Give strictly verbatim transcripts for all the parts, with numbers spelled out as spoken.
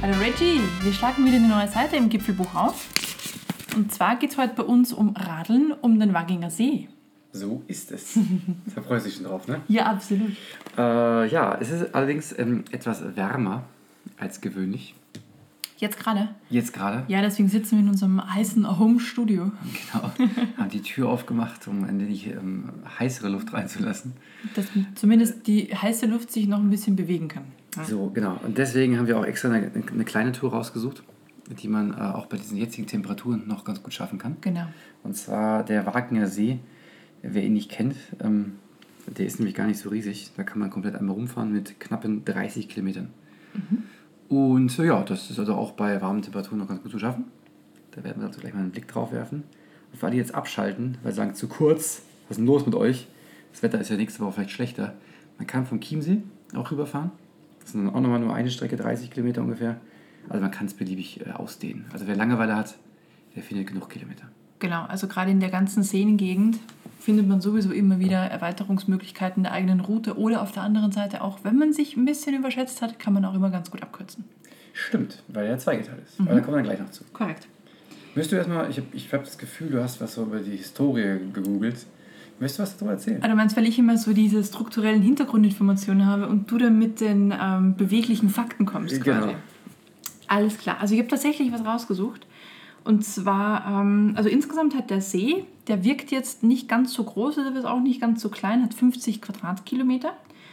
Hallo Reggie, wir schlagen wieder eine neue Seite im Gipfelbuch auf. Und zwar geht es heute bei uns um Radeln um den Waginger See. So ist es. Da freust du dich schon drauf, ne? Ja, absolut. Äh, ja, es ist allerdings ähm, etwas wärmer als gewöhnlich. Jetzt gerade? Jetzt gerade. Ja, deswegen sitzen wir in unserem heißen Home-Studio. Genau. Haben die Tür aufgemacht, um ein wenig ähm, heißere Luft reinzulassen. Dass zumindest die heiße Luft sich noch ein bisschen bewegen kann. Ja. So, genau. Und deswegen haben wir auch extra eine, eine kleine Tour rausgesucht, die man äh, auch bei diesen jetzigen Temperaturen noch ganz gut schaffen kann. Genau. Und zwar der Waginger See. Wer ihn nicht kennt, ähm, der ist nämlich gar nicht so riesig. Da kann man komplett einmal rumfahren mit knappen dreißig Kilometern. Mhm. Und ja, das ist also auch bei warmen Temperaturen noch ganz gut zu schaffen. Da werden wir also gleich mal einen Blick drauf werfen. Und für alle, die jetzt abschalten, weil sie sagen, zu kurz, was ist denn los mit euch? Das Wetter ist ja nächste Woche vielleicht schlechter. Man kann vom Chiemsee auch rüberfahren. Das sind dann auch nochmal nur eine Strecke, dreißig Kilometer ungefähr. Also man kann es beliebig äh, ausdehnen. Also wer Langeweile hat, der findet genug Kilometer. Genau, also gerade in der ganzen Seengegend findet man sowieso immer wieder Erweiterungsmöglichkeiten der eigenen Route oder auf der anderen Seite auch, wenn man sich ein bisschen überschätzt hat, kann man auch immer ganz gut abkürzen. Stimmt, weil er zweigeteilt ist. Mhm. Aber da kommen wir dann gleich noch zu. Korrekt. Möchtest du erstmal, ich habe ich hab das Gefühl, du hast was so über die Historie gegoogelt. Möchtest du was darüber erzählen? Also du meinst, weil ich immer so diese strukturellen Hintergrundinformationen habe und du dann mit den ähm, beweglichen Fakten kommst quasi. Genau. Alles klar. Also ich habe tatsächlich was rausgesucht. Und zwar, ähm, also insgesamt hat der See, der wirkt jetzt nicht ganz so groß, der ist auch nicht ganz so klein, hat fünfzig Quadratkilometer.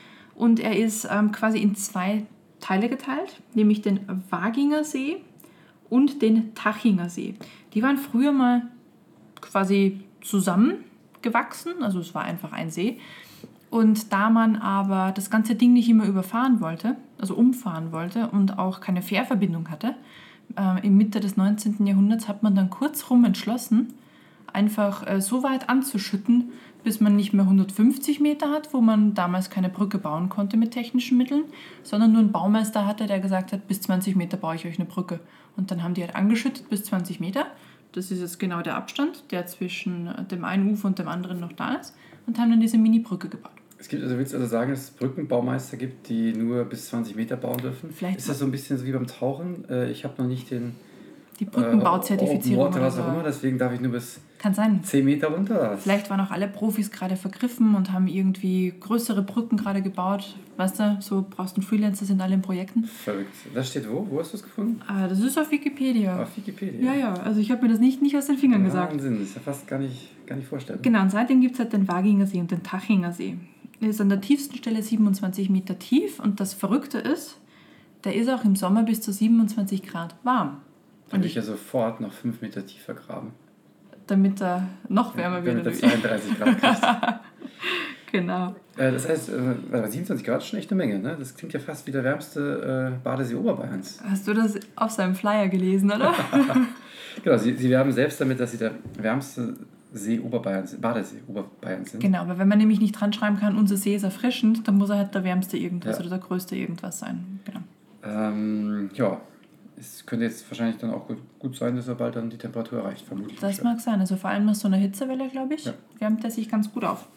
Und er ist ähm, quasi in zwei Teile geteilt, nämlich den Waginger See und den Tachinger See. Die waren früher mal quasi zusammengewachsen, also es war einfach ein See. Und da man aber das ganze Ding nicht immer überfahren wollte, also umfahren wollte und auch keine Fährverbindung hatte, äh, im Mitte des neunzehnten Jahrhunderts hat man dann kurzrum entschlossen, einfach äh, so weit anzuschütten, bis man nicht mehr hundertfünfzig Meter hat, wo man damals keine Brücke bauen konnte mit technischen Mitteln, sondern nur einen Baumeister hatte, der gesagt hat, bis zwanzig Meter baue ich euch eine Brücke. Und dann haben die halt angeschüttet bis zwanzig Meter. Das ist jetzt genau der Abstand, der zwischen dem einen Ufer und dem anderen noch da ist. Und haben dann diese Mini-Brücke gebaut. Es gibt, also willst du also sagen, dass es Brückenbaumeister gibt, die nur bis zwanzig Meter bauen dürfen? Vielleicht ist das so ein bisschen so wie beim Tauchen? Ich habe noch nicht den die Brückenbauzertifizierung äh, oder was so. auch immer, deswegen darf ich nur bis Kann sein. zehn Meter runter. Vielleicht waren auch alle Profis gerade vergriffen und haben irgendwie größere Brücken gerade gebaut. Weißt du, so brauchst du einen Freelancer, sind alle in Projekten. Verrückt. Das steht wo? Wo hast du es gefunden? Ah, das ist auf Wikipedia. Auf Wikipedia? Ja, ja. Also ich habe mir das nicht, nicht aus den Fingern gesagt. Wahnsinn, das ist ja fast gar nicht, gar nicht vorstellen. Genau, und seitdem gibt es halt den Waginger See und den Tachinger See. Er ist an der tiefsten Stelle siebenundzwanzig Meter tief und das Verrückte ist, der ist auch im Sommer bis zu siebenundzwanzig Grad warm. Dann würde ich ja sofort noch fünf Meter tiefer graben. Damit er noch wärmer wird. Damit er zweiunddreißig Grad kriegt. Genau. Äh, das heißt, äh, siebenundzwanzig Grad ist schon echt eine Menge, ne? Das klingt ja fast wie der wärmste äh, Badesee Oberbayerns. Hast du das auf seinem Flyer gelesen, oder? Genau, sie, sie werben selbst damit, dass sie der wärmste See Oberbayerns, Badesee Oberbayerns sind. Genau, aber wenn man nämlich nicht dran schreiben kann, unser See ist erfrischend, dann muss er halt der wärmste irgendwas ja. oder der größte irgendwas sein. Genau. Ähm, ja, es könnte jetzt wahrscheinlich dann auch gut, gut sein, dass er bald dann die Temperatur erreicht, vermutlich. Das mag sein, also vor allem nach so einer Hitzewelle, glaube ich, ja. wärmt er sich ganz gut auf.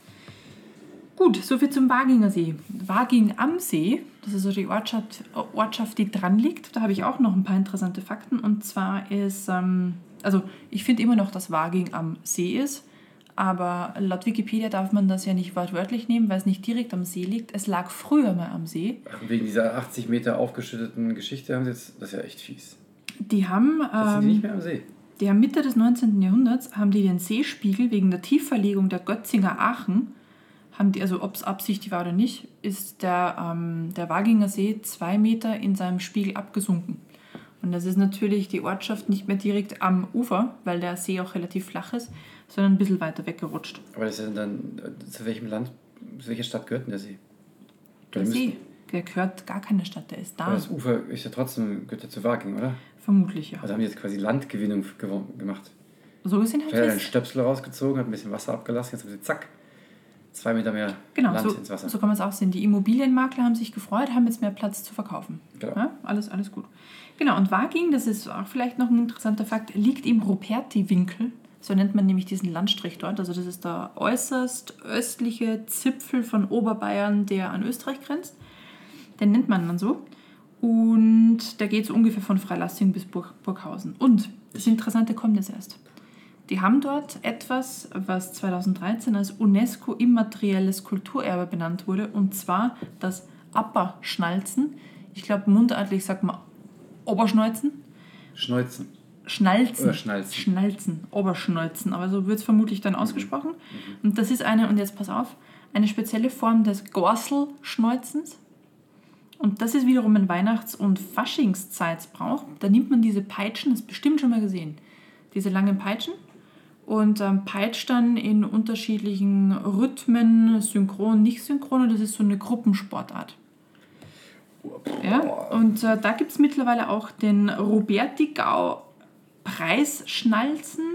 Gut, soviel zum Waginger See. Waging am See, das ist so die Ortschaft, Ortschaft, die dran liegt. Da habe ich auch noch ein paar interessante Fakten. Und zwar ist, ähm, also ich finde immer noch, dass Waging am See ist. Aber laut Wikipedia darf man das ja nicht wortwörtlich nehmen, weil es nicht direkt am See liegt. Es lag früher mal am See. Ach, wegen dieser achtzig Meter aufgeschütteten Geschichte haben sie jetzt, das ist ja echt fies. Die haben, das sind ähm, die nicht mehr am See. Die haben Mitte des neunzehnten Jahrhunderts haben die den Seespiegel wegen der Tiefverlegung der Götzinger Aachen, haben die, also ob es absichtlich war oder nicht, ist der, ähm, der Waginger See zwei Meter in seinem Spiegel abgesunken. Und das ist natürlich die Ortschaft nicht mehr direkt am Ufer, weil der See auch relativ flach ist, sondern ein bisschen weiter weggerutscht. Aber das ist dann, zu welchem Land, zu welcher Stadt gehört denn der See? Der See, der gehört gar keine Stadt, der ist da. Aber das Ufer ist ja trotzdem, gehört ja zu Waging, oder? Vermutlich, ja. Also haben die jetzt quasi Landgewinnung gemacht. So gesehen halt. Er hat einen Stöpsel rausgezogen, hat ein bisschen Wasser abgelassen, jetzt haben sie zack, zwei Meter mehr genau, Land so, ins Wasser. So kann man es auch sehen. Die Immobilienmakler haben sich gefreut, haben jetzt mehr Platz zu verkaufen. Genau. Ja, alles, alles gut. Genau, und Waging, das ist auch vielleicht noch ein interessanter Fakt, liegt im Ruperti-Winkel. So nennt man nämlich diesen Landstrich dort. Also das ist der äußerst östliche Zipfel von Oberbayern, der an Österreich grenzt. Den nennt man dann so. Und der geht so ungefähr von Freilassing bis Burg, Burghausen. Und das Interessante kommt jetzt erst. Die haben dort etwas, was zweitausenddreizehn als UNESCO immaterielles Kulturerbe benannt wurde, und zwar das Apperschnalzen. Ich glaube, mundartlich sagt man Oberschneuzen. Schneuzen. Schnalzen. Oder Schnalzen. Schnalzen, Oberschneuzen, aber so wird es vermutlich dann ausgesprochen. Mhm. Und das ist eine, und jetzt pass auf, eine spezielle Form des Gorselschneuzens. Und das ist wiederum ein Weihnachts- und Faschingszeitsbrauch. Da nimmt man diese Peitschen, das hast du bestimmt schon mal gesehen, diese langen Peitschen, und ähm, peitscht dann in unterschiedlichen Rhythmen, synchron, nicht synchron, und das ist so eine Gruppensportart. Ja? Und äh, da gibt es mittlerweile auch den Robertigau-Preisschnalzen.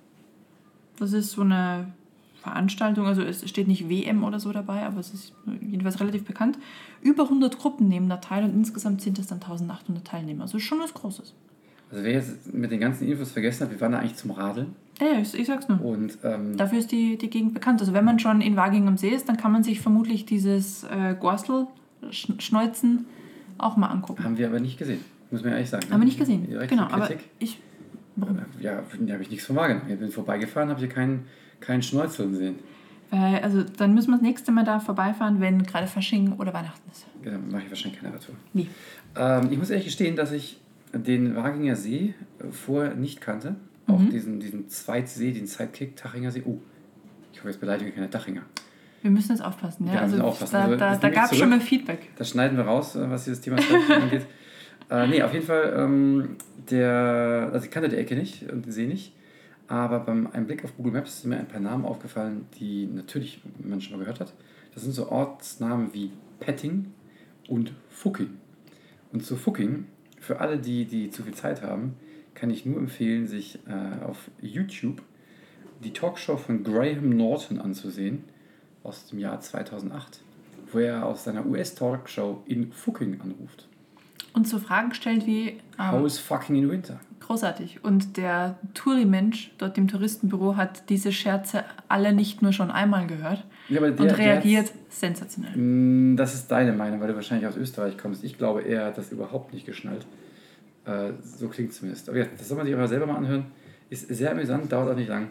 Das ist so eine Veranstaltung, also es steht nicht W M oder so dabei, aber es ist jedenfalls relativ bekannt. Über hundert Gruppen nehmen da teil und insgesamt sind es dann eintausendachthundert Teilnehmer. Also schon was Großes. Also wer jetzt mit den ganzen Infos vergessen hat, wir waren da eigentlich zum Radeln. Ja, ja, ich, ich sag's nur. Und, ähm, dafür ist die, die Gegend bekannt. Also wenn man schon in Waging am See ist, dann kann man sich vermutlich dieses äh, Gorstel-Schneuzen auch mal angucken. Haben wir aber nicht gesehen, muss man ehrlich sagen. Haben wir nicht gesehen, Direkt genau. Kritik. Aber ich... Warum? Ja, da habe ich nichts von wahrgenommen. Ich bin vorbeigefahren, habe hier keinen keinen Schnäuzeln gesehen. Weil, also dann müssen wir das nächste Mal da vorbeifahren, wenn gerade Fasching oder Weihnachten ist. Ja, dann mache ich wahrscheinlich keine Radtour. Nee. Ähm, ich muss ehrlich gestehen, dass ich den Waginger See vorher nicht kannte. Auch Mhm. diesen, diesen Zweitsee, den Sidekick, Tachinger See. Oh, ich hoffe, jetzt beleidige ich keine Tachinger. Wir müssen jetzt aufpassen. Ja, Ja, wir also müssen aufpassen. Da, Also, da, das da nehme ich gab es zurück. schon mal Feedback. Das schneiden wir raus, was dieses Thema angeht. Äh, nee, auf jeden Fall, ähm, der, also ich kannte die Ecke nicht und den See nicht, aber beim einem Blick auf Google Maps sind mir ein paar Namen aufgefallen, die natürlich man schon mal gehört hat. Das sind so Ortsnamen wie Petting und Fucking. Und zu Fucking, für alle, die, die zu viel Zeit haben, kann ich nur empfehlen, sich äh, auf YouTube die Talkshow von Graham Norton anzusehen, aus dem Jahr zweitausendacht, wo er aus seiner U S-Talkshow in Fucking anruft. Und so Fragen stellt wie... Ähm, How is fucking in winter? Großartig. Und der Touri-Mensch dort im Touristenbüro hat diese Scherze alle nicht nur schon einmal gehört Ja, aber der, und reagiert der sensationell. Das ist deine Meinung, weil du wahrscheinlich aus Österreich kommst. Ich glaube, er hat das überhaupt nicht geschnallt. Äh, so klingt es zumindest. Aber ja, das soll man sich aber selber mal anhören. Ist sehr amüsant, dauert auch nicht lang.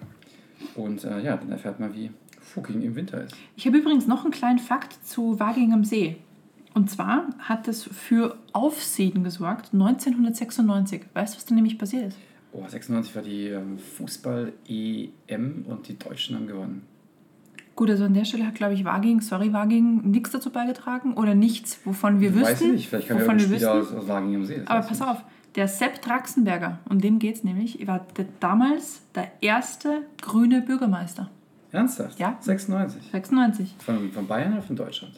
Und äh, ja, dann erfährt man, wie Fucking im Winter ist. Ich habe übrigens noch einen kleinen Fakt zu Waging am See. Und zwar hat es für Aufsehen gesorgt neunzehnhundertsechsundneunzig. Weißt du, was da nämlich passiert ist? Oh, sechsundneunzig war die ähm, Fußball-E M und die Deutschen haben gewonnen. Gut, also an der Stelle hat, glaube ich, Waging, sorry Waging, nichts dazu beigetragen oder nichts, wovon wir Ich wüssten. weiß ich nicht, vielleicht kann wovon ja wir ein Spieler wüssten. aus, aus Waging am See. Das Aber weiß pass ich auf, der Sepp Draxenberger, um den geht es nämlich, war der, damals der erste grüne Bürgermeister. nicht. Ernsthaft? Ja. sechsundneunzig. sechsundneunzig. Von, von Bayern oder von Deutschland?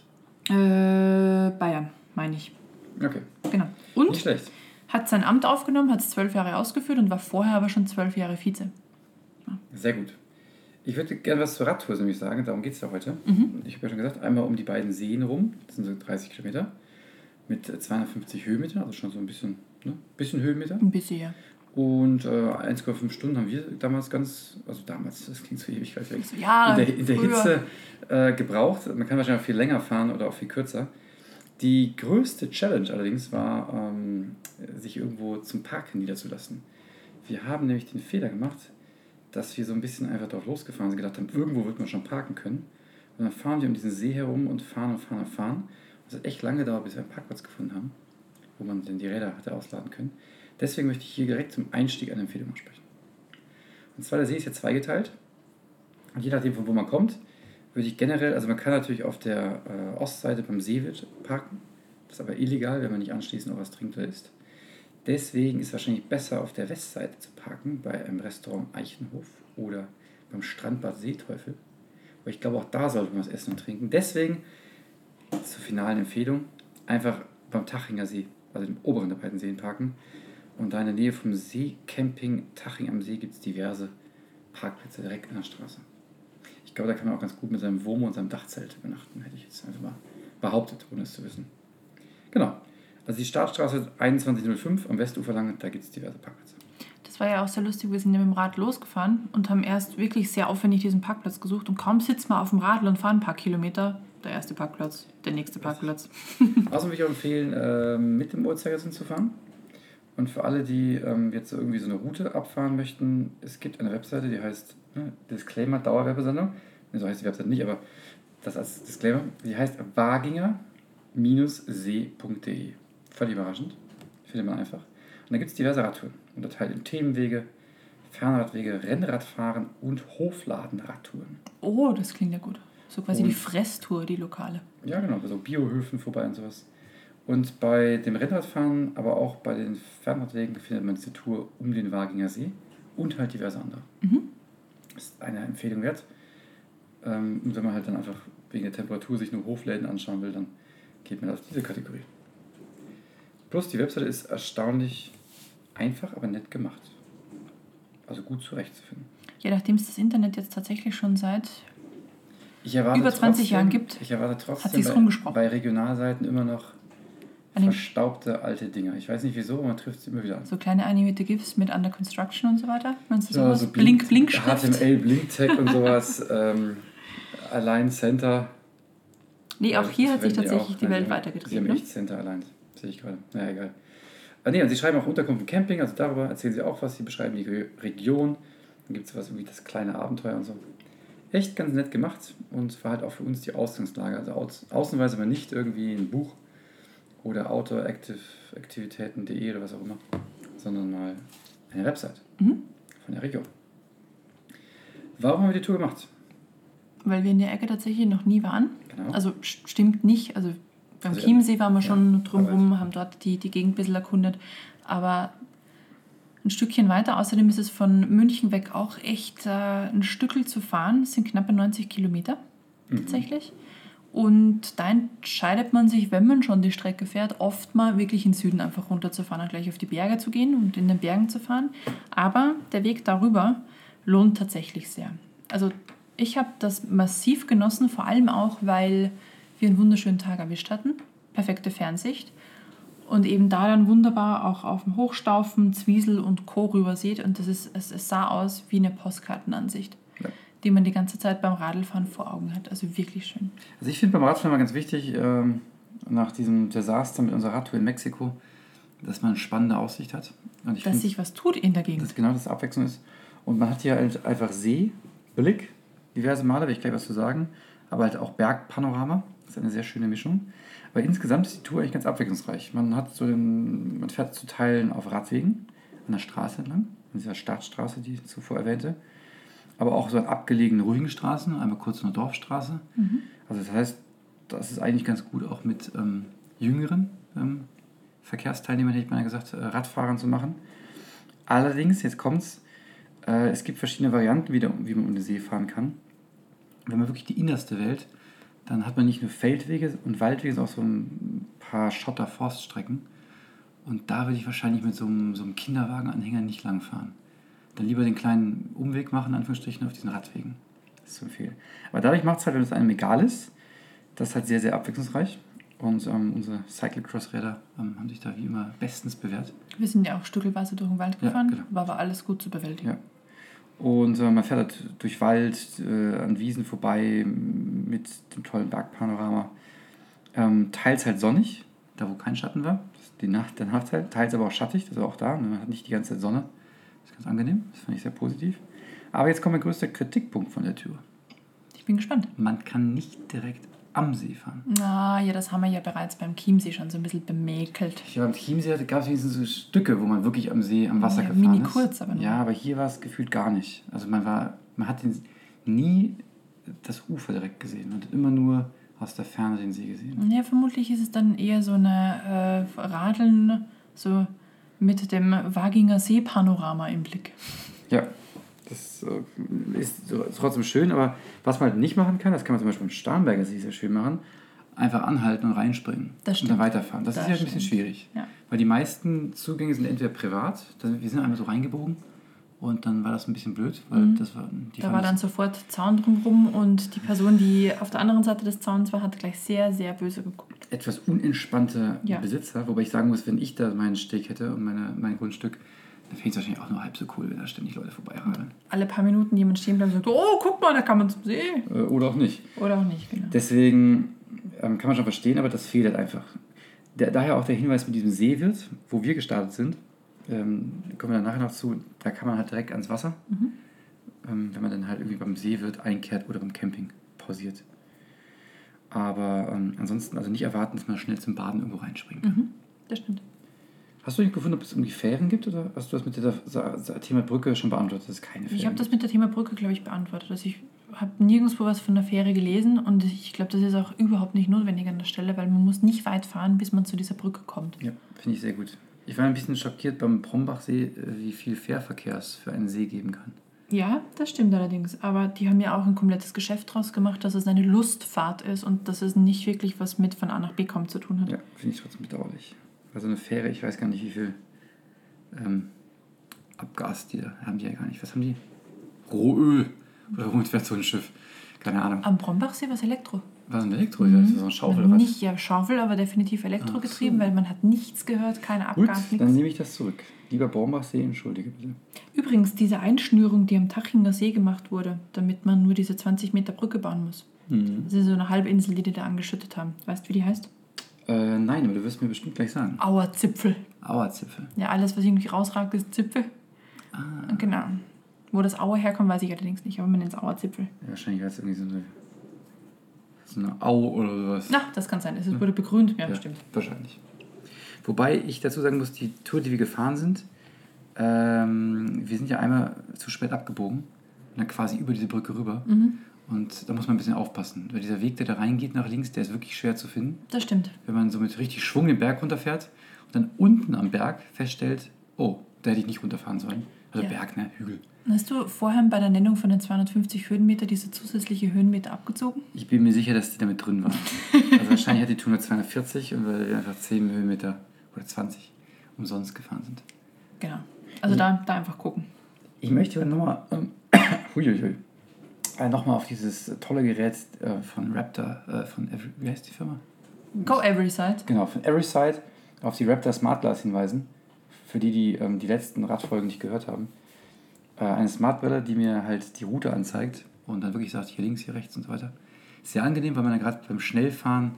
Äh, Bayern, meine ich. Okay. Genau. Und Nicht schlecht. hat sein Amt aufgenommen, hat es zwölf Jahre ausgeführt und war vorher aber schon zwölf Jahre Vize. Sehr gut. Ich würde gerne was zur Radtour nämlich sagen, darum geht es ja heute. Mhm. Ich habe ja schon gesagt, einmal um die beiden Seen rum, das sind so dreißig Kilometer, mit zweihundertfünfzig Höhenmeter, also schon so ein bisschen, ne, bisschen Höhenmeter. Ein bisschen, ja. Und äh, eins Komma fünf Stunden haben wir damals ganz, also damals, das klingt so ewig weit weg, Ja, in der, in der früher. Hitze äh, gebraucht. Man kann wahrscheinlich auch viel länger fahren oder auch viel kürzer. Die größte Challenge allerdings war, ähm, sich irgendwo zum Parken niederzulassen. Wir haben nämlich den Fehler gemacht, dass wir so ein bisschen einfach drauf losgefahren sind, gedacht haben, irgendwo wird man schon parken können. Und dann fahren wir um diesen See herum und fahren und fahren und fahren. Und es hat echt lange gedauert, bis wir einen Parkplatz gefunden haben, wo man dann die Räder hatte ausladen können. Deswegen möchte ich hier direkt zum Einstieg eine Empfehlung aussprechen. Und zwar, der See ist ja zweigeteilt. Und je nachdem, von wo man kommt, würde ich generell, also man kann natürlich auf der äh, Ostseite beim Seewirt parken. Das ist aber illegal, wenn man nicht anschließend noch was trinkt oder isst. Deswegen ist es wahrscheinlich besser, auf der Westseite zu parken, bei einem Restaurant Eichenhof oder beim Strandbad Seeteufel. Aber ich glaube, auch da sollte man was essen und trinken. Deswegen, zur finalen Empfehlung, einfach beim Tachinger See, also dem oberen der beiden Seen parken. Und da in der Nähe vom Seecamping Taching am See gibt es diverse Parkplätze direkt an der Straße. Ich glaube, da kann man auch ganz gut mit seinem Womo und seinem Dachzelt übernachten, hätte ich jetzt einfach mal behauptet, ohne es zu wissen. Genau. Also die Startstraße einundzwanzig null fünf am Westufer lang, da gibt es diverse Parkplätze. Das war ja auch sehr lustig, wir sind ja mit dem Rad losgefahren und haben erst wirklich sehr aufwendig diesen Parkplatz gesucht und kaum sitzen wir auf dem Radl und fahren ein paar Kilometer, der erste Parkplatz, der nächste Parkplatz. Außerdem würde ich auch empfehlen, äh, mit dem Uhrzeigersinn zu fahren. Und für alle, die ähm, jetzt so irgendwie so eine Route abfahren möchten, es gibt eine Webseite, die heißt ne, Disclaimer Dauerwerbesendung. Ne, so heißt die Webseite nicht, aber das als Disclaimer. Die heißt waginger see punkt de. Völlig überraschend. Findet man einfach. Und da gibt es diverse Radtouren. Unterteilt in Themenwege, Fernradwege, Rennradfahren und Hofladenradtouren. Oh, das klingt ja gut. So quasi Und die Fresstour, die lokale. Ja, genau, bei so Biohöfen vorbei und sowas. Und bei dem Rennradfahren, aber auch bei den Fernradwegen findet man diese Tour um den Waginger See und halt diverse andere. Mhm. Das ist eine Empfehlung wert. Ähm, und wenn man halt dann einfach wegen der Temperatur sich nur Hofläden anschauen will, dann geht man auf diese Kategorie. Plus die Webseite ist erstaunlich einfach, aber nett gemacht. Also gut zurechtzufinden. Ja, nachdem es das Internet jetzt tatsächlich schon seit Ich erwarte über zwanzig trotzdem, Jahren gibt, ich erwarte hat trotzdem sich's bei, rumgesprochen. bei Regionalseiten immer noch An dem- verstaubte alte Dinger. Ich weiß nicht wieso, aber man trifft sie immer wieder an. So kleine animierte GIFs mit Under Construction und so weiter. Meinst du Ja, sowas? so Blink, Blink, H T M L, Blinktech und sowas. ähm, Align Center. Nee, auch hier Das hat sich verwenden die tatsächlich auch, die wenn Welt Sie- Sie weitergetrieben. haben Ne? echt Center Align. Sehe ich gerade. Naja, egal. Ah, nee, und sie schreiben auch Unterkunft und Camping, also darüber erzählen sie auch was. Sie beschreiben die Re- Region. Dann gibt es was wie das kleine Abenteuer und so. Echt ganz nett gemacht und war halt auch für uns die Ausgangslage. Also aus, außenweise aber nicht irgendwie ein Buch oder outdoor-aktivitäten punkt de oder was auch immer, sondern mal eine Website Mhm. von der Region. Warum haben wir die Tour gemacht? Weil wir in der Ecke tatsächlich noch nie waren. Genau. Also st- stimmt nicht. Also beim Also, Chiemsee waren wir schon ja, drumherum, haben dort die, die Gegend ein bisschen erkundet. Aber ein Stückchen weiter. Außerdem ist es von München weg auch echt äh, ein Stückel zu fahren. Es sind knappe neunzig Kilometer tatsächlich. Und da entscheidet man sich, wenn man schon die Strecke fährt, oft mal wirklich in den Süden einfach runterzufahren und gleich auf die Berge zu gehen und in den Bergen zu fahren. Aber der Weg darüber lohnt tatsächlich sehr. Also ich habe das massiv genossen, vor allem auch, weil wir einen wunderschönen Tag erwischt hatten. Perfekte Fernsicht. Und eben da dann wunderbar auch auf dem Hochstaufen, Zwiesel und Co. rüber sieht. Und das ist, es, es sah aus wie eine Postkartenansicht, Ja. die man die ganze Zeit beim Radlfahren vor Augen hat. Also wirklich schön. Also ich finde beim Radfahren mal ganz wichtig, ähm, nach diesem Desaster mit unserer Radtour in Mexiko, dass man eine spannende Aussicht hat. Und ich Dass finde, sich was tut in der Gegend. dass genau das Abwechslung ist. Und man hat hier halt einfach See, Blick, diverse Male, werde ich gleich was zu sagen, aber halt auch Bergpanorama. Das ist eine sehr schöne Mischung. Aber insgesamt ist die Tour eigentlich ganz abwechslungsreich. Man hat so den, man fährt zu Teilen auf Radwegen an der Straße entlang, an dieser Staatsstraße, die ich zuvor erwähnte. Aber auch so an abgelegenen, ruhigen Straßen, einmal kurz eine Dorfstraße. Mhm. Also das heißt, das ist eigentlich ganz gut auch mit ähm, jüngeren ähm, Verkehrsteilnehmern, hätte ich mal gesagt, äh, Radfahrern zu machen. Allerdings, jetzt kommt's, äh, es gibt verschiedene Varianten, wie, der, wie man um den See fahren kann. Wenn man wirklich die innerste wählt, dann hat man nicht nur Feldwege und Waldwege, sondern auch so ein paar Schotter-Forststrecken. Und da würde ich wahrscheinlich mit so einem, so einem Kinderwagenanhänger nicht lang fahren. Dann lieber den kleinen Umweg machen, in Anführungsstrichen, auf diesen Radwegen. Das ist zu empfehlen. Aber dadurch macht es halt, wenn es einem egal ist, das ist halt sehr, sehr abwechslungsreich. Und ähm, unsere Cyclocross-Räder ähm, haben sich da wie immer bestens bewährt. Wir sind ja auch stückelweise durch den Wald Ja, gefahren, genau. war aber alles gut zu bewältigen. Ja. Und äh, man fährt halt durch Wald, äh, an Wiesen vorbei mit dem tollen Bergpanorama. Ähm, teils halt sonnig, da wo kein Schatten war. Das ist die Nacht, der Nachteil. Teils aber auch schattig, das war auch da. Man hat nicht die ganze Zeit Sonne. Das ist ganz angenehm, das fand ich sehr positiv. Aber jetzt kommt mein größter Kritikpunkt von der Tour. Ich bin gespannt. Man kann nicht direkt am See fahren. Na ja, das haben wir ja bereits beim Chiemsee schon so ein bisschen bemäkelt. Ja, am Chiemsee gab es wenigstens so Stücke, wo man wirklich am See, am Wasser Ja, gefahren mini ist. kurz, aber nur. Ja, aber hier war es gefühlt gar nicht. Also man war, man hat den, nie das Ufer direkt gesehen. Man hat immer nur aus der Ferne den See gesehen. Ja, vermutlich ist es dann eher so eine äh, Radeln, so mit dem Waginger See-Panorama im Blick. Ja, das äh, ist so, trotzdem schön, aber was man halt nicht machen kann, das kann man zum Beispiel im Starnberger See sehr schön machen, einfach anhalten und reinspringen Das und dann stimmt. weiterfahren. Das, Das ist ja ein bisschen stimmt. schwierig, Ja. weil die meisten Zugänge sind entweder privat, das- wir sind einmal so reingebogen und dann war das ein bisschen blöd, weil Mhm. das war, die Da fanden war das- dann sofort Zaun drumherum und die Person, die auf der anderen Seite des Zauns war, hat gleich sehr, sehr böse geguckt. etwas unentspannte Ja. Besitzer, wobei ich sagen muss, wenn ich da meinen Steg hätte und meine, mein Grundstück, dann finde ich es wahrscheinlich auch nur halb so cool, wenn da ständig Leute vorbeiradeln. Alle paar Minuten jemand stehen bleibt und sagt, oh, guck mal, da kann man zum See. Äh, oder auch nicht. Oder auch nicht, genau. Deswegen ähm, kann man schon verstehen, aber das fehlt halt einfach. Der, daher auch der Hinweis mit diesem Seewirt, wo wir gestartet sind, ähm, kommen wir dann nachher noch zu, da kann man halt direkt ans Wasser, mhm. ähm, wenn man dann halt irgendwie beim Seewirt einkehrt oder beim Camping pausiert. Aber ähm, ansonsten also nicht erwarten, dass man schnell zum Baden irgendwo reinspringt. Mhm, das stimmt. Hast du nicht gefunden, ob es irgendwie Fähren gibt oder hast du das mit der Thema Brücke schon beantwortet, dass es keine Fähren Ich habe das gibt? mit der Thema Brücke, glaube ich, beantwortet. Also ich habe nirgendwo was von der Fähre gelesen und ich glaube, das ist auch überhaupt nicht notwendig an der Stelle, weil man muss nicht weit fahren, bis man zu dieser Brücke kommt. Ja, finde ich sehr gut. Ich war ein bisschen schockiert beim Brombachsee, wie viel Fährverkehr es für einen See geben kann. Ja, das stimmt allerdings. Aber die haben ja auch ein komplettes Geschäft draus gemacht, dass es eine Lustfahrt ist und dass es nicht wirklich was mit von A nach B kommen zu tun hat. Ja, finde ich trotzdem bedauerlich. Also eine Fähre, ich weiß gar nicht, wie viel ähm, Abgas die da haben, die ja gar nicht. Was haben die? Rohöl. Oder womit fährt so ein Schiff? Keine Ahnung. Am Brombachsee war es Elektro. Was ist ein Elektro? Mhm. Ist das so eine Schaufel oder was? Nicht ja Schaufel, aber definitiv Elektro getrieben, so. Weil man hat nichts gehört, keine Abgas, Gut, nichts. dann nehme ich das zurück. Lieber Brombachsee, entschuldige bitte. Übrigens, diese Einschnürung, die am Tachinger See gemacht wurde, damit man nur diese zwanzig Meter Brücke bauen muss. Mhm. Das ist so eine Halbinsel, die die da angeschüttet haben. Weißt du, wie die heißt? Äh, nein, aber du wirst mir bestimmt gleich sagen. Auerzipfel. Auerzipfel. Ja, alles, was irgendwie rausragt, ist Zipfel. Ah. Genau. Wo das Auer herkommt, weiß ich allerdings nicht, aber man nennt es Auerzipfel. Ja, wahrscheinlich war es irgendwie so eine, so eine Au oder sowas. Na, das kann sein. Es wurde begrünt, ja, ja, bestimmt. Wahrscheinlich. Wobei ich dazu sagen muss, die Tour, die wir gefahren sind, ähm, wir sind ja einmal zu spät abgebogen, dann quasi über diese Brücke rüber. Mhm. Und da muss man ein bisschen aufpassen. Weil dieser Weg, der da reingeht nach links, der ist wirklich schwer zu finden. Das stimmt. Wenn man so mit richtig Schwung den Berg runterfährt und dann unten am Berg feststellt, oh, da hätte ich nicht runterfahren sollen. Also ja. Berg, ne? Hügel. Hast du vorher bei der Nennung von den zweihundertfünfzig Höhenmeter diese zusätzliche Höhenmeter abgezogen? Ich bin mir sicher, dass die damit drin waren. Also wahrscheinlich hat die Tour nur zweihundertvierzig und weil wir einfach zehn Höhenmeter oder zwanzig umsonst gefahren sind. Genau. Also ich, da, da einfach gucken. Ich möchte nochmal ähm, huiuiui, äh, nochmal auf dieses tolle Gerät äh, von Raptor, äh, von Every, wie heißt die Firma? Go Everyside. Genau, von Everyside auf die Raptor Smart Glass hinweisen. Für die, die ähm, die letzten Radfolgen nicht gehört haben. Äh, eine Smartbrille, die mir halt die Route anzeigt und dann wirklich sagt, hier links, hier rechts und so weiter. Sehr angenehm, weil man dann gerade beim Schnellfahren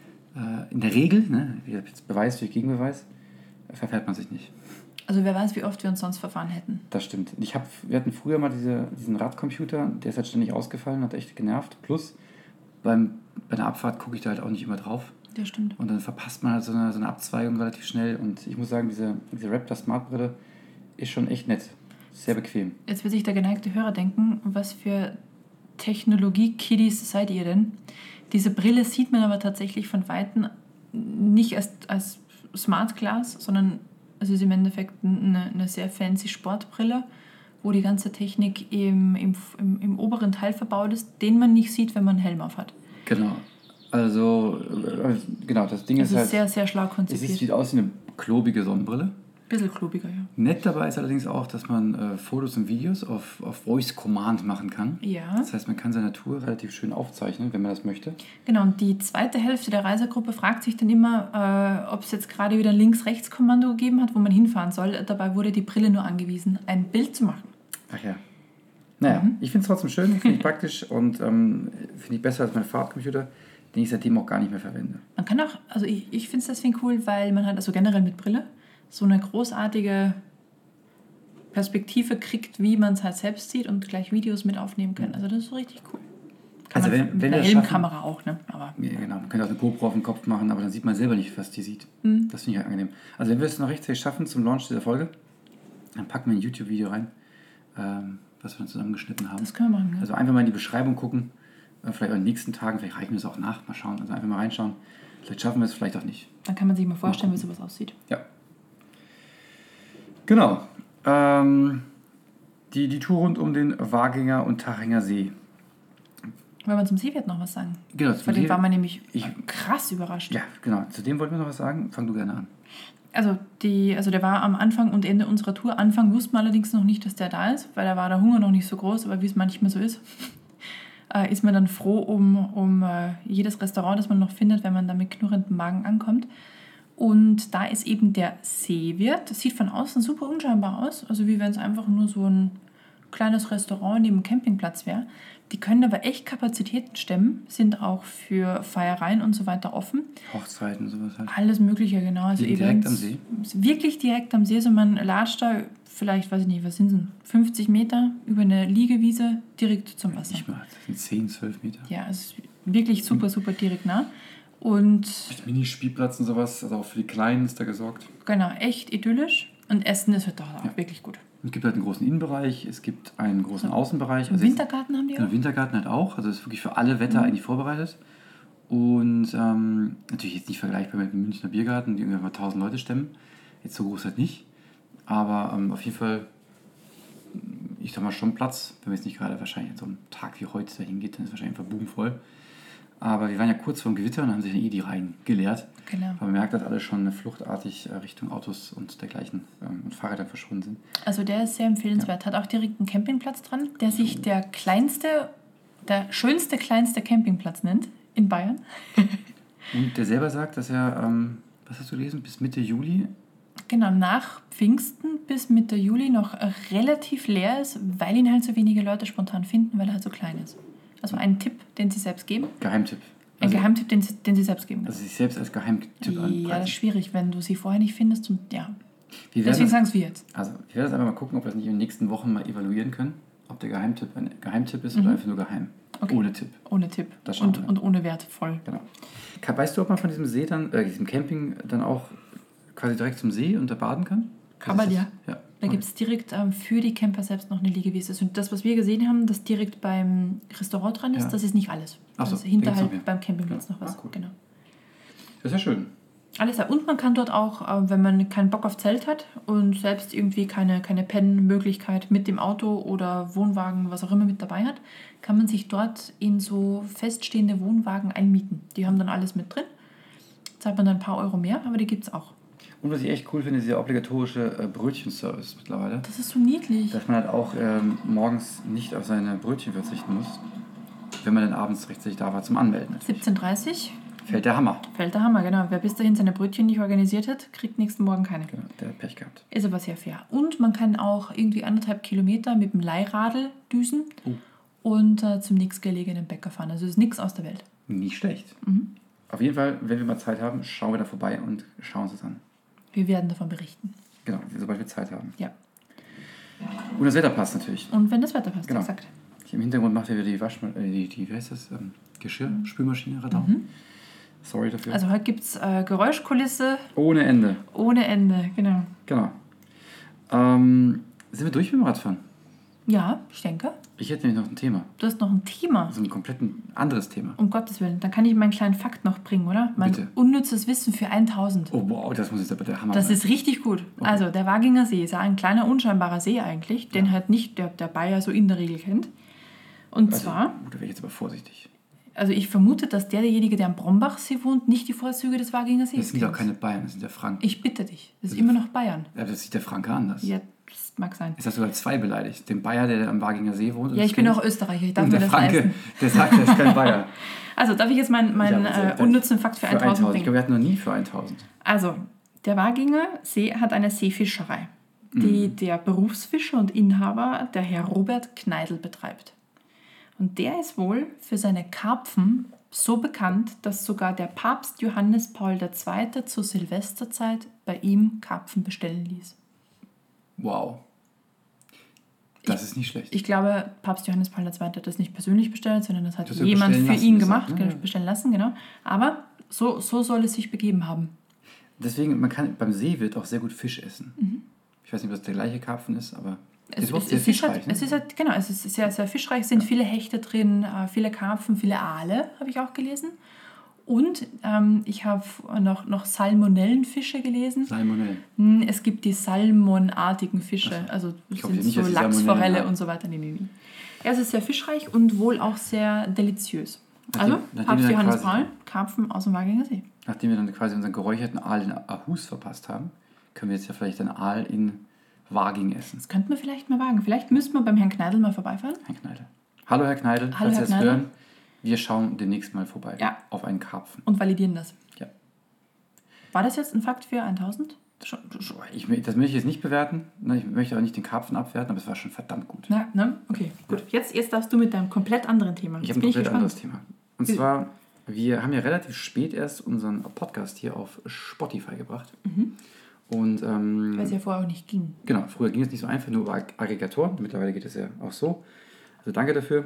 äh, in der Regel, ne, wie jetzt Beweis durch Gegenbeweis, verfährt man sich nicht. Also wer weiß, wie oft wir uns sonst verfahren hätten. Das stimmt. Ich hab, wir hatten früher mal diese, diesen Radcomputer, der ist halt ständig ausgefallen, hat echt genervt. Plus, beim, bei der Abfahrt gucke ich da halt auch nicht immer drauf. Das stimmt. Und dann verpasst man halt so eine, so eine Abzweigung relativ schnell. Und ich muss sagen, diese, diese Raptor Smartbrille ist schon echt nett. Sehr bequem. Jetzt wird sich der geneigte Hörer denken, was für Technologie-Kiddies seid ihr denn? Diese Brille sieht man aber tatsächlich von Weitem nicht als, als Smart Glass, sondern es ist im Endeffekt eine, eine sehr fancy Sportbrille, wo die ganze Technik im, im, im, im oberen Teil verbaut ist, den man nicht sieht, wenn man einen Helm auf hat. Genau. Also, äh, genau, das Ding es ist, ist halt... sehr, sehr schlau konzipiert. Es sieht aus wie eine klobige Sonnenbrille. Bisschen klobiger, ja. Nett dabei ist allerdings auch, dass man äh, Fotos und Videos auf, auf Voice Command machen kann. Ja. Das heißt, man kann seine Tour relativ schön aufzeichnen, wenn man das möchte. Genau, und die zweite Hälfte der Reisegruppe fragt sich dann immer, äh, ob es jetzt gerade wieder ein Links-Rechts-Kommando gegeben hat, wo man hinfahren soll. Dabei wurde die Brille nur angewiesen, ein Bild zu machen. Ach ja. Naja, mhm. ich finde es trotzdem schön, finde ich praktisch und ähm, finde ich besser als mein Fahrradcomputer, den ich seitdem auch gar nicht mehr verwende. Man kann auch, also ich, ich finde es deswegen cool, weil man halt, also generell mit Brille, so eine großartige Perspektive kriegt, wie man es halt selbst sieht und gleich Videos mit aufnehmen kann. Also das ist so richtig cool. Kann also man wenn, mit wenn der Helmkamera auch, ne? Aber ja, genau. Man könnte auch eine GoPro auf den Kopf machen, aber dann sieht man selber nicht, was die sieht. Mhm. Das finde ich halt angenehm. Also wenn wir es noch rechtzeitig schaffen zum Launch dieser Folge, dann packen wir ein YouTube-Video rein, ähm, was wir dann zusammengeschnitten haben. Das können wir machen, ja. Also einfach mal in die Beschreibung gucken, äh, vielleicht auch in den nächsten Tagen, vielleicht reichen wir es auch nach, mal schauen, also einfach mal reinschauen. Vielleicht schaffen wir es, vielleicht auch nicht. Dann kann man sich mal vorstellen, wie sowas aussieht. Ja. Genau. Ähm, die, die Tour rund um den Waginger und Tachinger See. Wollen wir zum Seewert noch was sagen? Genau. Von dem war man nämlich ich, krass überrascht. Ja, genau. Zu dem wollten wir noch was sagen. Fang du gerne an. Also, die, also der war am Anfang und Ende unserer Tour. Anfang wussten wir allerdings noch nicht, dass der da ist, weil da war der Hunger noch nicht so groß, aber wie es manchmal so ist, äh, ist man dann froh um, um äh, jedes Restaurant, das man noch findet, wenn man da mit knurrendem Magen ankommt. Und da ist eben der Seewirt. Das sieht von außen super unscheinbar aus. Also wie wenn es einfach nur so ein kleines Restaurant neben dem Campingplatz wäre. Die können aber echt Kapazitäten stemmen, sind auch für Feiereien und so weiter offen. Hochzeiten, sowas halt. Alles Mögliche, genau. Also Liegen direkt am See? Wirklich direkt am See. Also man latscht da vielleicht, weiß ich nicht, was sind es, fünfzig Meter über eine Liegewiese direkt zum Wasser. Nicht mal, das sind zehn, zwölf Meter. Ja, es ist wirklich super, super direkt nah. Und Mit Minispielplatz und sowas, also auch für die Kleinen ist da gesorgt. genau, echt idyllisch. Und Essen ist halt auch Ja. wirklich gut. Es gibt halt einen großen Innenbereich, es gibt einen großen Außenbereich. Einen Also Wintergarten haben die Genau, auch. Wintergarten halt auch. Also das ist wirklich für alle Wetter Mhm. eigentlich vorbereitet. Und ähm, natürlich jetzt nicht vergleichbar mit dem Münchner Biergarten, die irgendwie mal tausend Leute stemmen. Jetzt so groß halt nicht. Aber ähm, auf jeden Fall, ich sag mal, schon Platz. Wenn man jetzt nicht gerade wahrscheinlich an so einem Tag wie heute dahin geht, dann ist es wahrscheinlich einfach boomvoll. Aber wir waren ja kurz vor dem Gewitter und haben sich dann eh die Reihen geleert. Genau. Aber man merkt, dass alle schon fluchtartig äh, Richtung Autos und dergleichen ähm, und Fahrrädern verschwunden sind. Also der ist sehr empfehlenswert. Hat auch direkt einen Campingplatz dran, der sich der kleinste, der schönste kleinste Campingplatz nennt in Bayern. Und der selber sagt, dass er, ähm, was hast du gelesen, bis Mitte Juli Genau, nach Pfingsten bis Mitte Juli noch relativ leer ist, weil ihn halt so wenige Leute spontan finden, weil er halt so klein ist. Also ein Tipp, den sie selbst geben. Geheimtipp. Ein Also, Geheimtipp, den sie, den sie selbst geben. also sich selbst als Geheimtipp Ja, das ist anpreisen. schwierig, wenn du sie vorher nicht findest. Und ja, Wir deswegen werden, sagen es wir jetzt. also, wir werden jetzt einfach mal gucken, ob wir das nicht in den nächsten Wochen mal evaluieren können. Ob der Geheimtipp ein Geheimtipp ist Mhm. oder einfach nur geheim. Okay. Ohne Tipp. Ohne Tipp. Das schauen Und, wir. und ohne Wert, voll. Genau. Ka- Weißt du, ob man von diesem See dann, äh, diesem Camping dann auch quasi direkt zum See und da baden kann? Kann man Ist ja. das- ja. Da Okay. gibt es direkt ähm, für die Camper selbst noch eine Liegewiese. Und das, was wir gesehen haben, das direkt beim Restaurant dran ist, Ja. das ist nicht alles. Ach so, also da hinterhalb gibt's noch mehr. beim Campingplatz Ja. noch was. Ah, cool. Genau. Das ist ja schön. Alles da. Und man kann dort auch, äh, wenn man keinen Bock auf Zelt hat und selbst irgendwie keine, keine Pennmöglichkeit mit dem Auto oder Wohnwagen, was auch immer mit dabei hat, kann man sich dort in so feststehende Wohnwagen einmieten. Die haben dann alles mit drin. Zahlt man dann ein paar Euro mehr, aber die gibt es auch. Und was ich echt cool finde, ist der obligatorische äh, Brötchenservice mittlerweile. Das ist so niedlich. Dass man halt auch ähm, morgens nicht auf seine Brötchen verzichten muss, wenn man dann abends rechtzeitig da war zum Anmelden. siebzehn Uhr dreißig Fällt der Hammer. fällt der Hammer, genau. Wer bis dahin seine Brötchen nicht organisiert hat, kriegt nächsten Morgen keine. Genau, der hat Pech gehabt. Ist aber sehr fair. Und man kann auch irgendwie anderthalb Kilometer mit dem Leihradl düsen Oh. und äh, zum nächstgelegenen Bäcker fahren. Also ist nichts aus der Welt. Nicht schlecht. Mhm. Auf jeden Fall, wenn wir mal Zeit haben, schauen wir da vorbei und schauen uns das an. Wir werden davon berichten. Genau, sobald wir Zeit haben. Ja. Und das Wetter passt natürlich. Und wenn das Wetter passt, Genau. exakt. Hier im Hintergrund macht er wieder die Waschmaschine, äh, die, die, wie heißt das, ähm, Geschirrspülmaschine Radau. Mhm. Sorry dafür. Also heute gibt es äh, Geräuschkulisse Ohne Ende. ohne Ende, genau. Genau. Ähm, sind wir durch mit dem Radfahren? Ja, ich denke. Ich hätte nämlich noch ein Thema. Du hast noch ein Thema. Also ein komplett anderes Thema. Um Gottes Willen. Dann kann ich meinen kleinen Fakt noch bringen, oder? Mein Bitte. unnützes Wissen für tausend. Oh, wow, das muss jetzt aber der Hammer Das sein. ist richtig gut. Okay. Also, der Waginger See ist ja ein kleiner, unscheinbarer See eigentlich, den halt nicht der, der Bayer so in der Regel kennt. Und Also, zwar, oh, da wäre ich jetzt aber vorsichtig. also ich vermute, dass der, derjenige, der am Brombachsee wohnt, nicht die Vorzüge des Waginger Sees Das sind ja auch kennt. keine Bayern, das sind ja Franken. Ich bitte dich, das ist immer noch Bayern. Ja, das sieht der Franke anders. Ja, das mag sein. Jetzt hast du halt zwei beleidigt. Den Bayer, der am Waginger See wohnt. und Ja, das ich bin kennt. auch Österreicher, ich darf Und mir der das Franke, leisten. der sagt, er ist kein Bayer. Also, darf ich jetzt meinen meinen Ja, äh, bitte. unnützen Fakt für, Für tausend Ich glaube, bringen? wir hatten noch nie für tausend. Also, der Waginger See hat eine Seefischerei, die Mhm. der Berufsfischer und Inhaber, der Herr Robert Kneidl, betreibt. Und der ist wohl für seine Karpfen so bekannt, dass sogar der Papst Johannes Paul der Zweite zur Silvesterzeit bei ihm Karpfen bestellen ließ. Wow. Das ist nicht schlecht. Ich glaube, Papst Johannes Paul der Zweite hat das nicht persönlich bestellt, sondern das hat Das hat er jemand für bestellen ihn lassen, gemacht, gesagt, ne? bestellen lassen, genau. Aber so, so soll es sich begeben haben. Deswegen, man kann beim Seewirt auch sehr gut Fisch essen. Ich weiß nicht, ob das der gleiche Karpfen ist, aber Es, der ist überhaupt es, sehr es, ist halt, fischreich. Ne? es ist halt, genau, es ist sehr, sehr fischreich. Es sind viele Hechte drin, äh, viele Karpfen, viele Aale, habe ich auch gelesen. Und ähm, ich habe noch, noch Salmonellenfische gelesen. Salmonellen. Hm, Es gibt die salmonartigen Fische, also das Ich hoffe sind nicht, so dass die Lachs, Salmonellen Forelle haben. und so weiter. Nee, nee, nee. Ja, es ist sehr fischreich und wohl auch sehr deliziös. Also, Nachdem- nachdem Papst wir dann Johannes quasi- Paul, Karpfen aus dem Waginger See. Nachdem wir dann quasi unseren geräucherten Aal in Aarhus verpasst haben, können wir jetzt ja vielleicht einen Aal in Waging essen. Das könnten wir vielleicht mal wagen. Vielleicht müssten wir beim Herrn Kneidl mal vorbeifahren. Herr Kneidl. Hallo Herr Kneidl, Hallo, falls Sie Herr das Kneidl. hören. Wir schauen demnächst mal vorbei Ja. auf einen Karpfen. Und validieren das. Ja. War das jetzt ein Fakt für tausend? Ich, das möchte ich jetzt nicht bewerten. Ich möchte auch nicht den Karpfen abwerten, aber es war schon verdammt gut. Na, ne? Okay, gut. Jetzt, jetzt darfst du mit deinem komplett anderen Thema. Ich habe ein komplett anderes Thema. Und zwar, wir haben ja relativ spät erst unseren Podcast hier auf Spotify gebracht. Mhm. Und, ähm, weil es ja vorher auch nicht ging. Genau, früher ging es nicht so einfach, nur über Aggregatoren. Mittlerweile geht es ja auch so. Also danke dafür.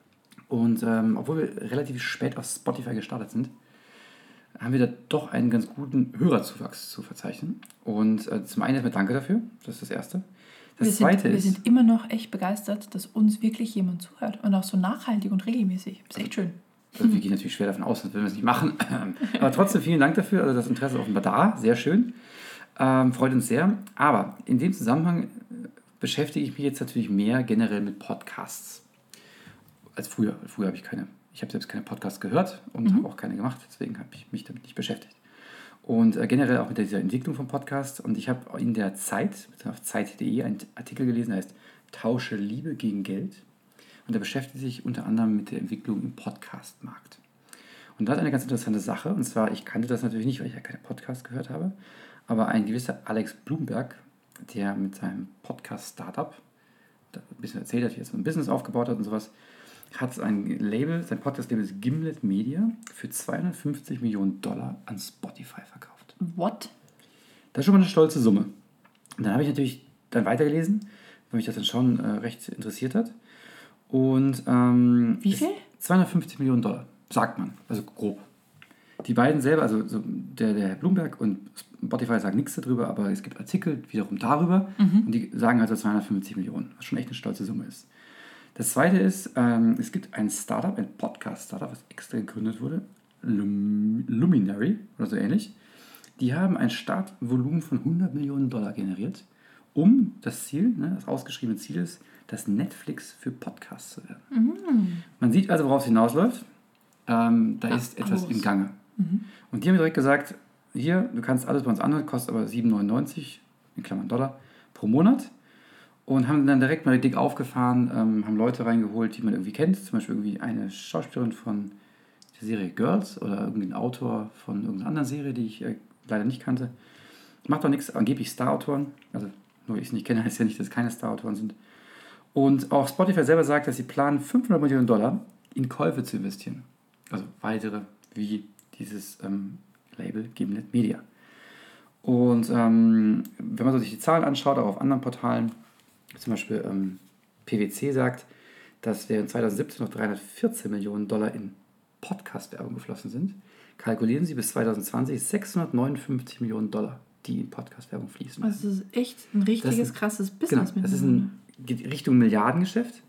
Und ähm, obwohl wir relativ spät auf Spotify gestartet sind, haben wir da doch einen ganz guten Hörerzuwachs zu verzeichnen. Und äh, zum einen erstmal danke dafür, das ist das Erste. Das wir Zweite sind, ist... Wir sind immer noch echt begeistert, dass uns wirklich jemand zuhört und auch so nachhaltig und regelmäßig. Das ist echt schön. Also wir gehen natürlich schwer davon aus, dass wir das nicht machen. Aber trotzdem vielen Dank dafür, also das Interesse ist offenbar da, sehr schön. Ähm, freut uns sehr. Aber in dem Zusammenhang beschäftige ich mich jetzt natürlich mehr generell mit Podcasts als früher. Früher habe ich keine... Ich habe selbst keine Podcasts gehört und mhm. habe auch keine gemacht, deswegen habe ich mich damit nicht beschäftigt. Und äh, generell auch mit dieser Entwicklung von Podcasts. Und ich habe in der Zeit, auf Zeit punkt de, einen Artikel gelesen, der heißt Tausche Liebe gegen Geld. Und der beschäftigt sich unter anderem mit der Entwicklung im Podcast-Markt. Und da ist eine ganz interessante Sache. Und zwar, ich kannte das natürlich nicht, weil ich ja keine Podcasts gehört habe. Aber ein gewisser Alex Blumberg, der mit seinem Podcast-Startup, da ein bisschen erzählt hat, wie er so ein Business aufgebaut hat und sowas, hat ein Label, sein Podcast-Label ist Gimlet Media, für zweihundertfünfzig Millionen Dollar an Spotify verkauft. What? Das ist schon mal eine stolze Summe. Und dann habe ich natürlich dann weitergelesen, weil mich das dann schon äh, recht interessiert hat. Und ähm, wie viel? zweihundertfünfzig Millionen Dollar, sagt man, also grob. Die beiden selber, also so der, der Herr Bloomberg und Spotify sagen nichts darüber, aber es gibt Artikel wiederum darüber mhm. und die sagen also zweihundertfünfzig Millionen, was schon echt eine stolze Summe ist. Das Zweite ist, ähm, es gibt ein Startup, ein Podcast-Startup, was extra gegründet wurde, Lum- Luminary oder so ähnlich. Die haben ein Startvolumen von hundert Millionen Dollar generiert, um das Ziel, ne, das ausgeschriebene Ziel ist, das Netflix für Podcasts zu werden. Mhm. Man sieht also, worauf es hinausläuft. Ähm, da ja, ist etwas im Gange. Mhm. Und die haben direkt gesagt, hier, du kannst alles bei uns anhören, kostet aber sieben neunundneunzig, in Klammern Dollar, pro Monat. Und haben dann direkt mal dick aufgefahren, ähm, haben Leute reingeholt, die man irgendwie kennt. Zum Beispiel irgendwie eine Schauspielerin von der Serie Girls oder irgendein Autor von irgendeiner anderen Serie, die ich äh, leider nicht kannte. Macht doch nichts, angeblich Star-Autoren. Also nur ich es nicht kenne, heißt ja nicht, dass es keine Star-Autoren sind. Und auch Spotify selber sagt, dass sie planen, fünfhundert Millionen Dollar in Käufe zu investieren. Also weitere wie dieses ähm, Label Gimlet Media. Und ähm, wenn man so sich die Zahlen anschaut, auch auf anderen Portalen, zum Beispiel ähm, P W C sagt, dass während zweitausendsiebzehn noch dreihundertvierzehn Millionen Dollar in Podcast-Werbung geflossen sind, kalkulieren sie bis zweitausendzwanzig sechshundertneunundfünfzig Millionen Dollar, die in Podcast-Werbung fließen. Also das ist echt ein richtiges, das ist, krasses Business. Genau, das ist ein, geht Richtung Milliardengeschäft.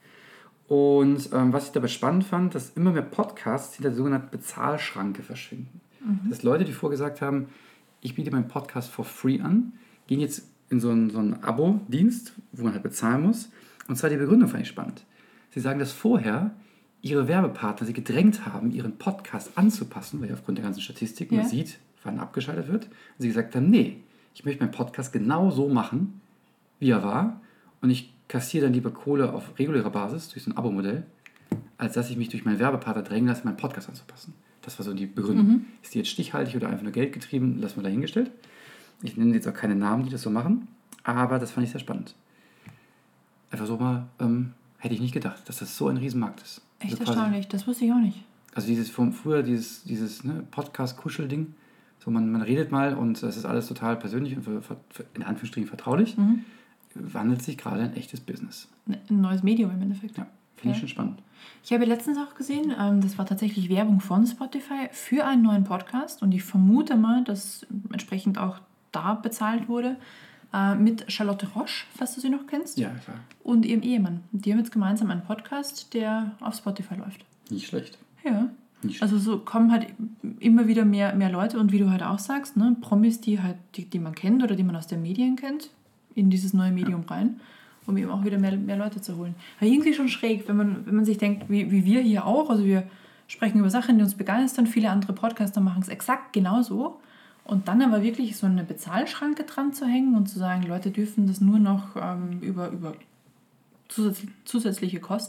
Und ähm, was ich dabei spannend fand, dass immer mehr Podcasts hinter der sogenannten Bezahlschranke verschwinden. Mhm. Dass Leute, die vorgesagt haben, ich biete meinen Podcast for free an, gehen jetzt in so einen, so einen Abo-Dienst, wo man halt bezahlen muss. Und zwar die Begründung fand ich spannend. Sie sagen, dass vorher ihre Werbepartner sie gedrängt haben, ihren Podcast anzupassen, weil ja aufgrund der ganzen Statistiken ja. man sieht, wann abgeschaltet wird. Und sie gesagt haben, nee, ich möchte meinen Podcast genau so machen, wie er war. Und ich kassiere dann lieber Kohle auf regulärer Basis durch so ein Abo-Modell, als dass ich mich durch meinen Werbepartner drängen lasse, meinen Podcast anzupassen. Das war so die Begründung. Mhm. Ist die jetzt stichhaltig oder einfach nur geldgetrieben, lassen wir dahingestellt. Ich nenne jetzt auch keine Namen, die das so machen, aber das fand ich sehr spannend. Einfach so mal, ähm, hätte ich nicht gedacht, dass das so ein Riesenmarkt ist. Echt also erstaunlich, das wusste ich auch nicht. Also dieses von früher, dieses, dieses ne, Podcast-Kuschel-Ding, so man, man redet mal und das ist alles total persönlich und für, für, in Anführungsstrichen vertraulich, mhm. wandelt sich gerade ein echtes Business. Ein neues Medium im Endeffekt. Ja, finde okay. ich schon spannend. Ich habe letztens auch gesehen, ähm, das war tatsächlich Werbung von Spotify für einen neuen Podcast und ich vermute mal, dass entsprechend auch da bezahlt wurde, äh, mit Charlotte Roche, falls du sie noch kennst. Ja, klar. Und ihrem Ehemann. Die haben jetzt gemeinsam einen Podcast, der auf Spotify läuft. Nicht schlecht. Ja. Nicht schlecht. Also so kommen halt immer wieder mehr, mehr Leute und wie du halt auch sagst, ne, Promis, die halt, die, die man kennt oder die man aus den Medien kennt, in dieses neue Medium ja. rein, um eben auch wieder mehr, mehr Leute zu holen. Aber irgendwie schon schräg, wenn man, wenn man sich denkt, wie, wie wir hier auch, also wir sprechen über Sachen, die uns begeistern, viele andere Podcaster machen es exakt genauso. Und dann aber wirklich so eine Bezahlschranke dran zu hängen und zu sagen, Leute dürfen das nur noch ähm, über, über zusatz, zusätzliche Kosten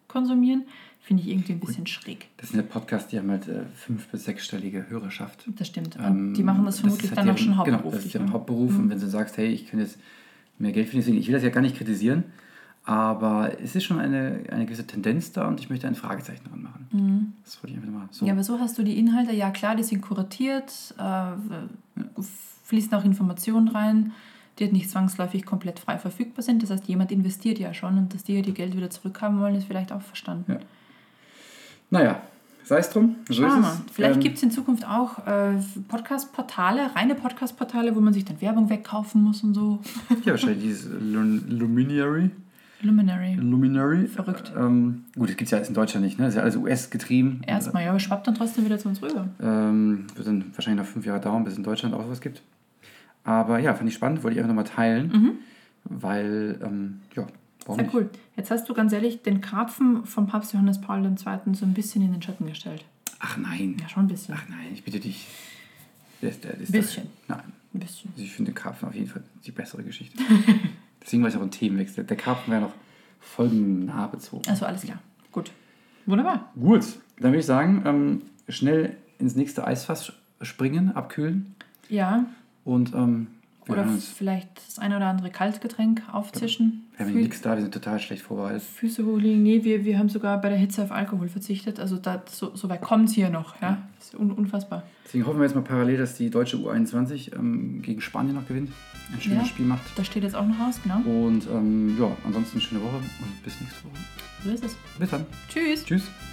konsumieren, finde ich irgendwie ein bisschen Gut. schräg. Das sind ja Podcasts, die haben halt äh, fünf- bis sechsstellige Hörerschaft. Das stimmt. Ähm, die machen das vermutlich das dann deren, auch schon hauptberuflich. Genau, das ist deren Hauptberuf. Mhm. Und wenn du sagst, hey, ich kann jetzt mehr Geld verdienen, ich will das ja gar nicht kritisieren, aber es ist schon eine, eine gewisse Tendenz da und ich möchte ein Fragezeichen dran machen. Mhm. Das wollte ich einfach mal so. Ja, aber so hast du die Inhalte, ja klar, die sind kuratiert, äh, ja. fließen auch Informationen rein, die halt nicht zwangsläufig komplett frei verfügbar sind. Das heißt, jemand investiert ja schon und dass die ja die Geld wieder zurückhaben wollen, ist vielleicht auch verstanden. Ja. Naja, sei es drum. So ist es. Vielleicht ähm, gibt es in Zukunft auch äh, Podcast-Portale, reine Podcast-Portale, wo man sich dann Werbung wegkaufen muss und so. Ja, wahrscheinlich dieses Luminary. Luminary. Luminary. Verrückt. Ähm, gut, das gibt es ja alles in Deutschland nicht, ne? Das ist ja alles U S-getrieben. Erstmal, ja, aber schwappt dann trotzdem wieder zu uns rüber. Ähm, wird dann wahrscheinlich noch fünf Jahre dauern, bis es in Deutschland auch sowas gibt. Aber ja, fand ich spannend, wollte ich einfach nochmal teilen, mhm. weil, ähm, ja, warum Sehr nicht? cool. Jetzt hast du ganz ehrlich den Karpfen von Papst Johannes Paul der Zweite so ein bisschen in den Schatten gestellt. Ach nein. Ja, schon ein bisschen. Ach nein, ich bitte dich. Das, das, das, ein bisschen. Das, nein. Ein bisschen. Also ich finde den Karpfen auf jeden Fall die bessere Geschichte. Deswegen war ich auch ein Themenwechsel. Der Karpfen wäre noch folgennah bezogen. Also alles klar. Gut. Wunderbar. Gut, dann würde ich sagen, ähm, schnell ins nächste Eisfass springen, abkühlen. Ja. Und ähm, oder vielleicht das eine oder andere Kaltgetränk aufzischen. Wir haben nichts da, wir sind total schlecht vorbereitet. Füße hochlegen, nee, wir, wir haben sogar bei der Hitze auf Alkohol verzichtet. Also da, so, so weit kommt es hier noch. Ja? Das ist un, unfassbar. Deswegen hoffen wir jetzt mal parallel, dass die deutsche U einundzwanzig ähm, gegen Spanien noch gewinnt. Ein schönes ja, Spiel macht. Das steht jetzt auch noch aus, genau. Und ähm, ja, ansonsten eine schöne Woche und bis nächste Woche. So ist es. Bis dann. Tschüss. Tschüss.